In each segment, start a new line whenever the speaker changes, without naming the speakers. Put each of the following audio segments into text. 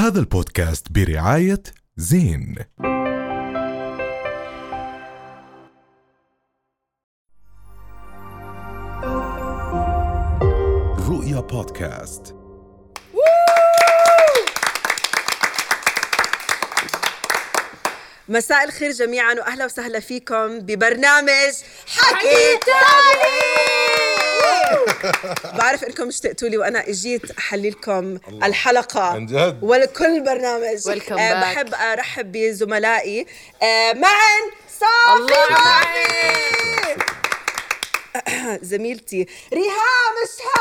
هذا البودكاست برعاية زين. رؤيا بودكاست.
مساء الخير جميعا وأهلا وسهلا فيكم ببرنامج حكي تاني. بعرف إنكم اشتقتوا لي وأنا اجيت أحللكم الحلقة ولكل برنامج. بحب أرحب بزملائي معن صافي، زميلتي ريهام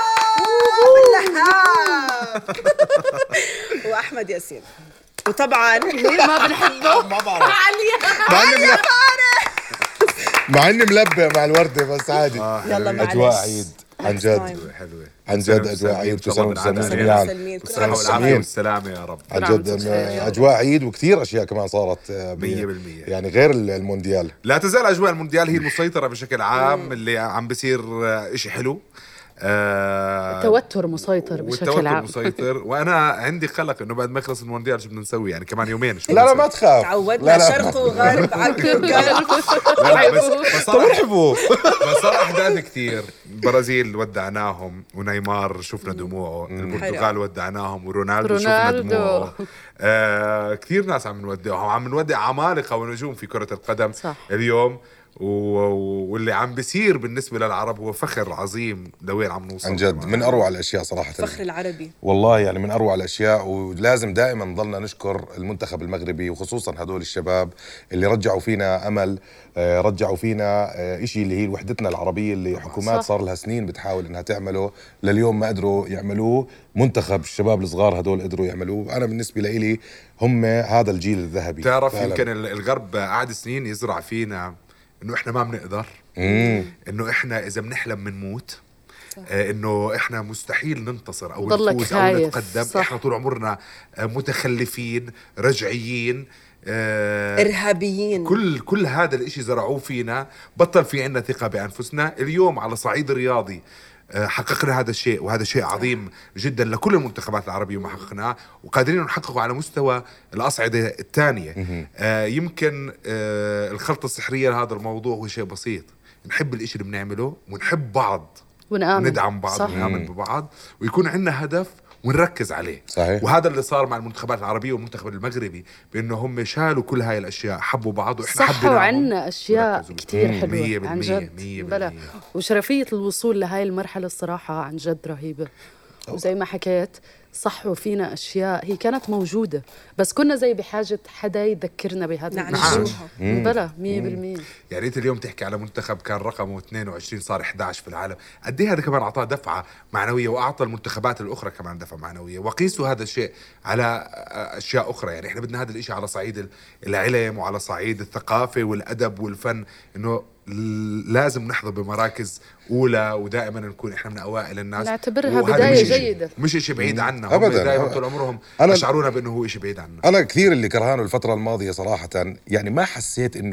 الشهاب وأحمد ياسين، وطبعا
ما بنحبه
ما بعرف مع اني ملبى مع الوردة بس عادي.
يلا معلش.
اجواء عيد عن جد،
حلوة
عن جد اجواء عيد. كل سنة وانتم جميعا
بالصحة والعافية والسلامة يا رب.
عن جد اجواء عيد، وكثير اشياء كمان صارت
100%،
يعني غير المونديال.
لا تزال اجواء المونديال هي المسيطرة بشكل عام، اللي عم بيصير اشي حلو.
التوتر مسيطر بشكل عام.
مسيطر. وانا عندي قلق انه بعد ما يخلص المونديال شو بدنا نسوي، يعني كمان يومين شو
لا ما تخاف،
تعودنا شرق وغرب عكر
بس صار احداث كثير. البرازيل ودعناهم ونيمار شفنا دموعه، البرتغال ودعناهم ورونالدو شفنا دموعه. كثير ناس عم نودعهم، عم نودع عمالقة ونجوم في كرة القدم صح. اليوم واللي عم بيصير بالنسبة للعرب هو فخر عظيم لوين عم نوصل.
عن جد من أروع الأشياء صراحة،
فخر العربي
والله، يعني من أروع الأشياء. ولازم دائما نضلنا نشكر المنتخب المغربي، وخصوصا هدول الشباب اللي رجعوا فينا أمل، رجعوا فينا إشي اللي هي وحدتنا العربية اللي حكومات صار لها سنين بتحاول إنها تعمله، لليوم ما قدروا يعملوه. منتخب الشباب الصغار هدول قدروا يعملوه. أنا بالنسبة لي هم هذا الجيل الذهبي.
تعرف يمكن الغرب قعد سنين يزرع فينا انه احنا ما بنقدر، انه احنا اذا بنحلم بنموت، انه احنا مستحيل ننتصر او نفوز او نتقدم. صح. احنا طول عمرنا متخلفين، رجعيين،
ارهابيين.
كل هذا الاشي زرعوه فينا. بطل في عنا ثقة بانفسنا. اليوم على صعيد الرياضي حققنا هذا الشيء، وهذا شيء عظيم جدا لكل المنتخبات العربية وما حققناه، وقادرين نحققه على مستوى الأصعدة الثانية. يمكن الخلطة السحرية لهذا الموضوع هو شيء بسيط، نحب الاشي اللي بنعمله ونحب بعض وندعم بعض ونآمن ببعض، ويكون عندنا هدف ونركز عليه. صحيح. وهذا اللي صار مع المنتخبات العربية والمنتخب المغربي، بأنه هم شالوا كل هاي الأشياء، حبوا بعض وإحنا حبيناهم.
صح، وعنا أشياء كتير حلوة عن جد. بلا وشرفية الوصول لهاي المرحلة الصراحة عن جد رهيبة. وزي ما حكيت صح، وفينا أشياء هي كانت موجودة بس كنا زي بحاجة حدا يذكرنا بهذا الشيء. بلا 100%.
يعني أنت اليوم تحكي على منتخب كان رقمه 22 صار 11 في العالم، قد ايه هذا كمان أعطاه دفعة معنوية، وأعطى المنتخبات الأخرى كمان دفعة معنوية. وقيسوا هذا الشيء على أشياء أخرى. يعني إحنا بدنا هذا الإشي على صعيد العلم وعلى صعيد الثقافة والأدب والفن، إنه لازم نحظى بمراكز أولى، ودائما نكون إحنا من أوائل الناس.
نعتبرها بداية جيدة،
مش إشي بعيد عنا. أبدا، دائما طول عمرهم أشعرونا بأنه هو إشي بعيد عنا.
أنا كثير اللي كرهانه الفترة الماضية صراحة، يعني ما حسيت إنه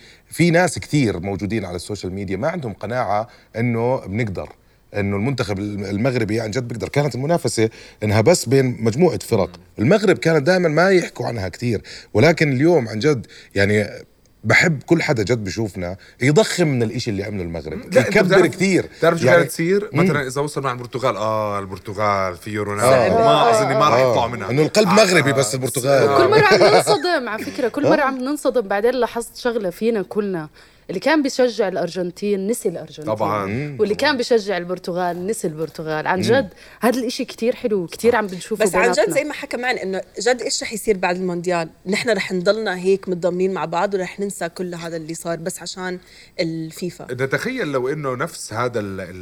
في ناس كثير موجودين على السوشيال ميديا ما عندهم قناعة إنه بنقدر، إنه المنتخب المغربي عن جد بقدر. كانت المنافسة إنها بس بين مجموعة فرق. المغرب كانت دائما ما يحكوا عنها كثير، ولكن اليوم عن جد يعني بحب كل حدا جد بشوفنا يضخم من الاشي اللي عمله المغرب، يكبر كثير.
تعرف شو
يعني
كانت تصير مثلا اذا وصل مع البرتغال، البرتغال في رونالدو، ما اظني ما راح يطلع منها،
انه القلب مغربي بس البرتغال.
كل مرة عم ننصدم على فكرة، كل مرة عم ننصدم. بعدين لاحظت شغلة فينا كلنا، اللي كان بيشجع الأرجنتين نسي الأرجنتين طبعا، واللي كان بيشجع البرتغال نسي البرتغال. عن جد هذا الاشي كتير حلو، كتير عم بنشوفه.
بس عن جد زي ما حكى معنا انه جد ايش رح يصير بعد المونديال، نحن رح نضلنا هيك متضامنين مع بعض ورح ننسى كل هذا اللي صار بس عشان الفيفا.
نتخيل لو انه نفس هذا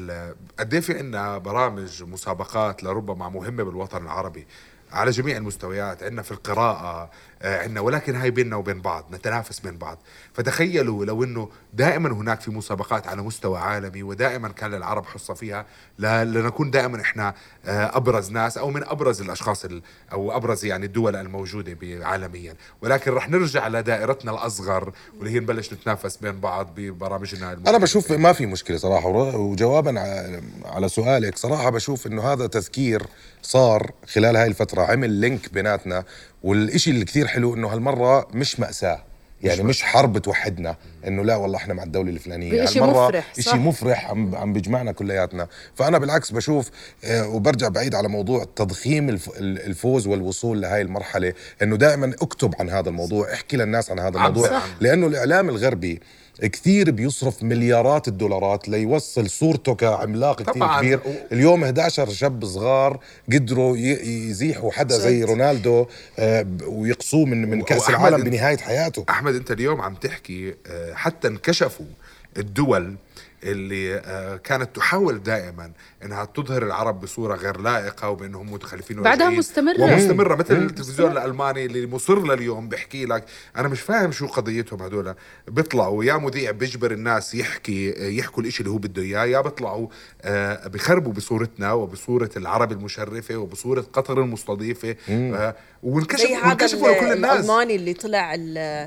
قد ايه في عندنا برامج مسابقات لربما مهمة بالوطن العربي على جميع المستويات. عندنا في القراءة عندنا، ولكن هاي بيننا وبين بعض، نتنافس بين بعض. فتخيلوا لو انه دائما هناك في مسابقات على مستوى عالمي، ودائما كان للعرب حصة فيها، لنكون دائما احنا ابرز ناس او من ابرز الاشخاص او ابرز يعني الدول الموجودة عالميا. ولكن رح نرجع لدائرتنا الاصغر، واللي هي نبلش نتنافس بين بعض ببرامجنا.
انا بشوف ما في مشكلة صراحة. وجوابا على سؤالك، صراحة بشوف انه هذا تذكير صار خلال هاي الفترة فترة عمل لينك بيناتنا، والإشي اللي كثير حلو إنه هالمرة مش مأساة، يعني مش حرب توحدنا انه لا والله احنا مع الدوله الفلانيه،
هالمره
شيء مفرح عم بيجمعنا كلياتنا. فانا بالعكس بشوف وبرجع بعيد على موضوع تضخيم الفوز والوصول لهاي المرحله، انه دائما اكتب عن هذا الموضوع، احكي للناس عن هذا الموضوع، لانه الاعلام الغربي كثير بيصرف مليارات الدولارات ليوصل صورته كعملاق كثير كبير. اليوم 11 شاب صغار قدروا يزيحوا حدا زي رونالدو ويقصوه من كأس العالم بنهاية حياته.
أحمد أنت اليوم عم تحكي حتى انكشفوا الدول اللي كانت تحاول دائما انها تظهر العرب بصوره غير لائقه وبانهم متخلفين
بعدها مستمره
مثل التلفزيون الالماني اللي مصر لليوم بيحكي لك انا مش فاهم شو قضيتهم هذول، بيطلعوا يا مذيع بيجبر الناس يحكوا الاشي اللي هو بده اياه، يا بيطلعوا بخربوا بصورتنا وبصوره العرب المشرفه وبصوره قطر المستضيفه وانكشفوا لكل الناس.
الالماني اللي طلع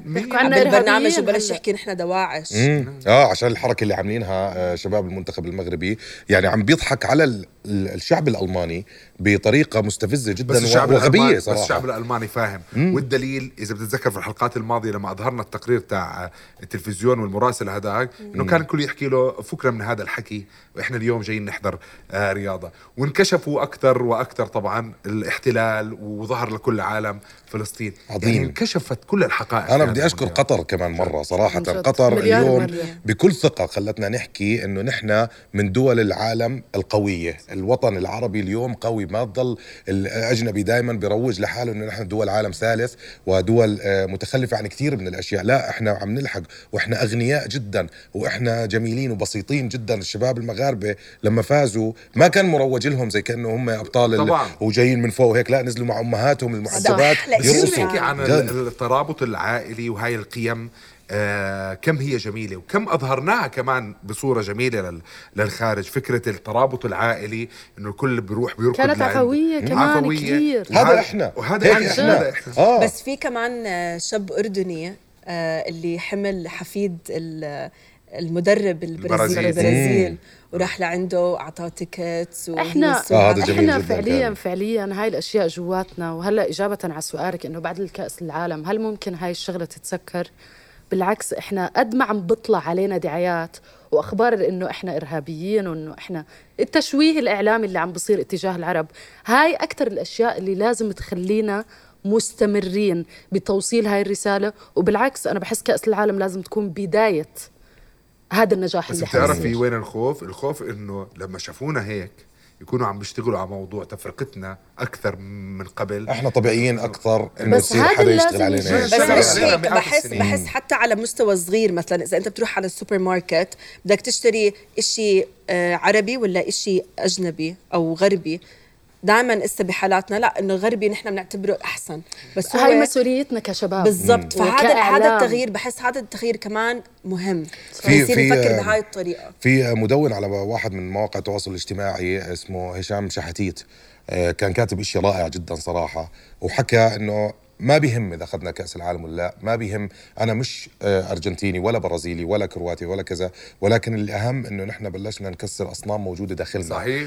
بالبرنامج وبلش يحكي نحن دواعش
عشان الحركه اللي عاملينها شباب المنتخب المغربي، يعني عم بيضحك على الشعب الألماني بطريقة مستفزة جدا وغبية صراحة.
بس الشعب الألماني فاهم. والدليل إذا بتتذكر في الحلقات الماضية لما أظهرنا التقرير تاع التلفزيون والمراسل هذاك إنه كان الكل يحكي له فكرة من هذا الحكي وإحنا اليوم جايين نحضر رياضة. وانكشفوا أكثر وأكثر طبعا الاحتلال وظهر لكل عالم فلسطين
عظيم.
يعني انكشفت كل الحقائق.
أنا بدي أشكر قطر كمان مرة صراحة. قطر اليوم بكل ثقة خلتنا نحكي إنه نحن من دول العالم القوية. الوطن العربي اليوم قوي، ما تضل الأجنبي دائما بيروج لحاله إنه نحن دول عالم ثالث ودول متخلفة عن كثير من الأشياء. لا، إحنا عم نلحق وإحنا أغنياء جدا وإحنا جميلين وبسيطين جدا. الشباب المغاربة لما فازوا ما كان مروج لهم زي كأنه هم أبطال وجايين من فوق هيك، لا نزلوا مع أمهاتهم المعذبات يرقصوا.
نحكي عن الترابط العائلي وهاي القيم كم هي جميلة وكم أظهرناها كمان بصورة جميلة للخارج. فكرة الترابط العائلي إنه الكل بيروح بيركض،
كانت عفوية كمان كثير.
هذا إحنا
وهذا إحنا.
بس في كمان شاب أردني اللي حمل حفيد المدرب البرازيل وراح لعنده أعطاه تيكتس.
احنا فعليا هاي الأشياء جواتنا. وهلأ إجابة على سؤالك إنه بعد الكأس العالم هل ممكن هاي الشغلة تتسكر؟ بالعكس، احنا قد ما عم بطلع علينا دعايات واخبار انه احنا ارهابيين وانه احنا التشويه الاعلامي اللي عم بصير اتجاه العرب، هاي اكثر الاشياء اللي لازم تخلينا مستمرين بتوصيل هاي الرسالة. وبالعكس انا بحس كأس العالم لازم تكون بداية هذا النجاح.
بس بتعرف في وين الخوف انه لما شافونا هيك يكونوا عم بيشتغلوا على موضوع تفرقتنا أكثر من قبل.
إحنا طبيعيين أكثر إنه يصير حدا يشتغل علينا.
بس بحس حتى على مستوى صغير، مثلا إذا أنت بتروح على السوبر ماركت بدك تشتري إشي عربي ولا إشي أجنبي أو غربي، دائما بحالاتنا لا إنه غربي نحن بنعتبره أحسن، بس
هاي مسؤوليتنا كشباب
بالضبط. فهذا التغيير بحس هذا التغيير كمان مهم يصير نفكر بهاي الطريقة.
في مدون على واحد من مواقع التواصل الاجتماعي اسمه هشام شحاتيت، كان كاتب إشي رائع جدا صراحة، وحكى إنه ما بيهم إذا أخذنا كأس العالم ولا لا، ما بيهم، أنا مش أرجنتيني ولا برازيلي ولا كرواتي ولا كذا، ولكن الأهم إنه نحن بلشنا نكسر أصنام موجودة داخلنا.
صحيح.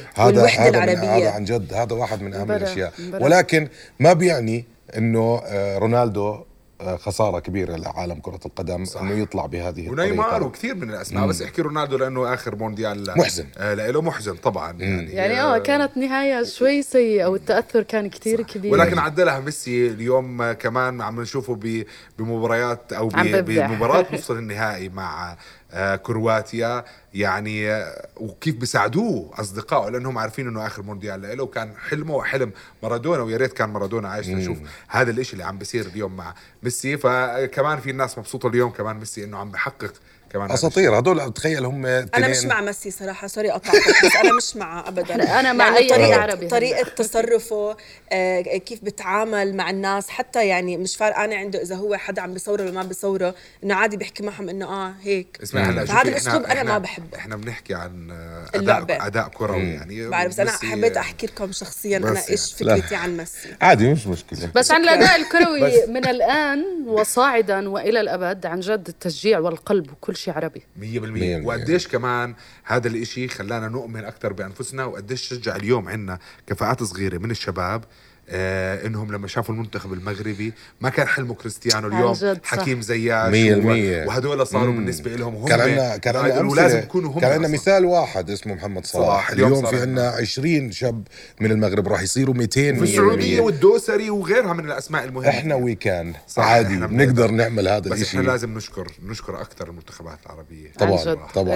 هذا عن جد هذا واحد من أهم الأشياء. ولكن ما بيعني إنه رونالدو خسارة كبيرة لعالم كرة القدم انه يطلع بهذه الطريقة.
ونيمار وكثير من الاسماء، بس احكي رونالدو لانه اخر مونديال
محزن،
له محزن طبعا.
يعني كانت نهاية شوي سيئة والتأثر كان كثير كبير.
ولكن عدلها ميسي اليوم كمان عم نشوفه بمباريات او بمباراة نصف النهائي مع كرواتيا، يعني وكيف بيساعدوه أصدقائه لأنهم عارفين إنه آخر مونديال له، وكان حلمه وحلم مارادونا، ويا ريت كان مارادونا عايش نشوف هذا الإشي اللي عم بيصير اليوم مع ميسي. فكمان في الناس مبسوطة اليوم كمان ميسي إنه عم بحقق كمان
أساطير. هدول تخيل هم
أنا مش مع ميسي صراحة، سوري أقطعك بس أنا مش مع أبدا.
أنا مع أي عربي.
طريقة تصرفه كيف بتعامل مع الناس، حتى يعني مش فارقانة عنده إذا هو حدا عم بيصوره ولا ما بيصوره، إنه عادي بيحكي معهم إنه هيك. هذا الأسلوب أنا ما بحبه.
إحنا بنحكي عن
أداء
كروي يعني.
بعرف، أنا حبيت أحكي لكم شخصيا أنا إيش فكرتي عن ميسي.
عادي مش مشكلة.
بس عن الأداء الكروي من الآن وصاعدا وإلى الأبد، عن جد التشجيع والقلب وكل شيء عربي
100%. وقديش كمان هذا الاشي خلانا نؤمن أكتر بأنفسنا، وقديش شجع اليوم عنا كفاءات صغيرة من الشباب انهم لما شافوا المنتخب المغربي ما كان حلمه كريستيانو اليوم حكيم زياش
100%.
وهدول صاروا بالنسبه لهم هم
كان عندنا
لازم يكونوا هم.
كان عندنا مثال واحد اسمه محمد صلاح اليوم في عندنا 20 شاب من المغرب راح يصيروا 200
في السعوديه والدوسري وغيرها من الاسماء المهمه.
احنا ويكان عادي بنقدر نعمل هذا الشيء،
بس احنا لازم نشكر اكثر المنتخبات العربيه
طبعا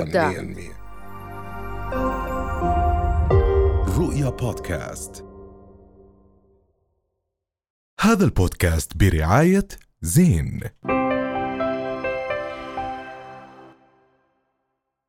100%.
رؤيا بودكاست. هذا البودكاست برعاية زين.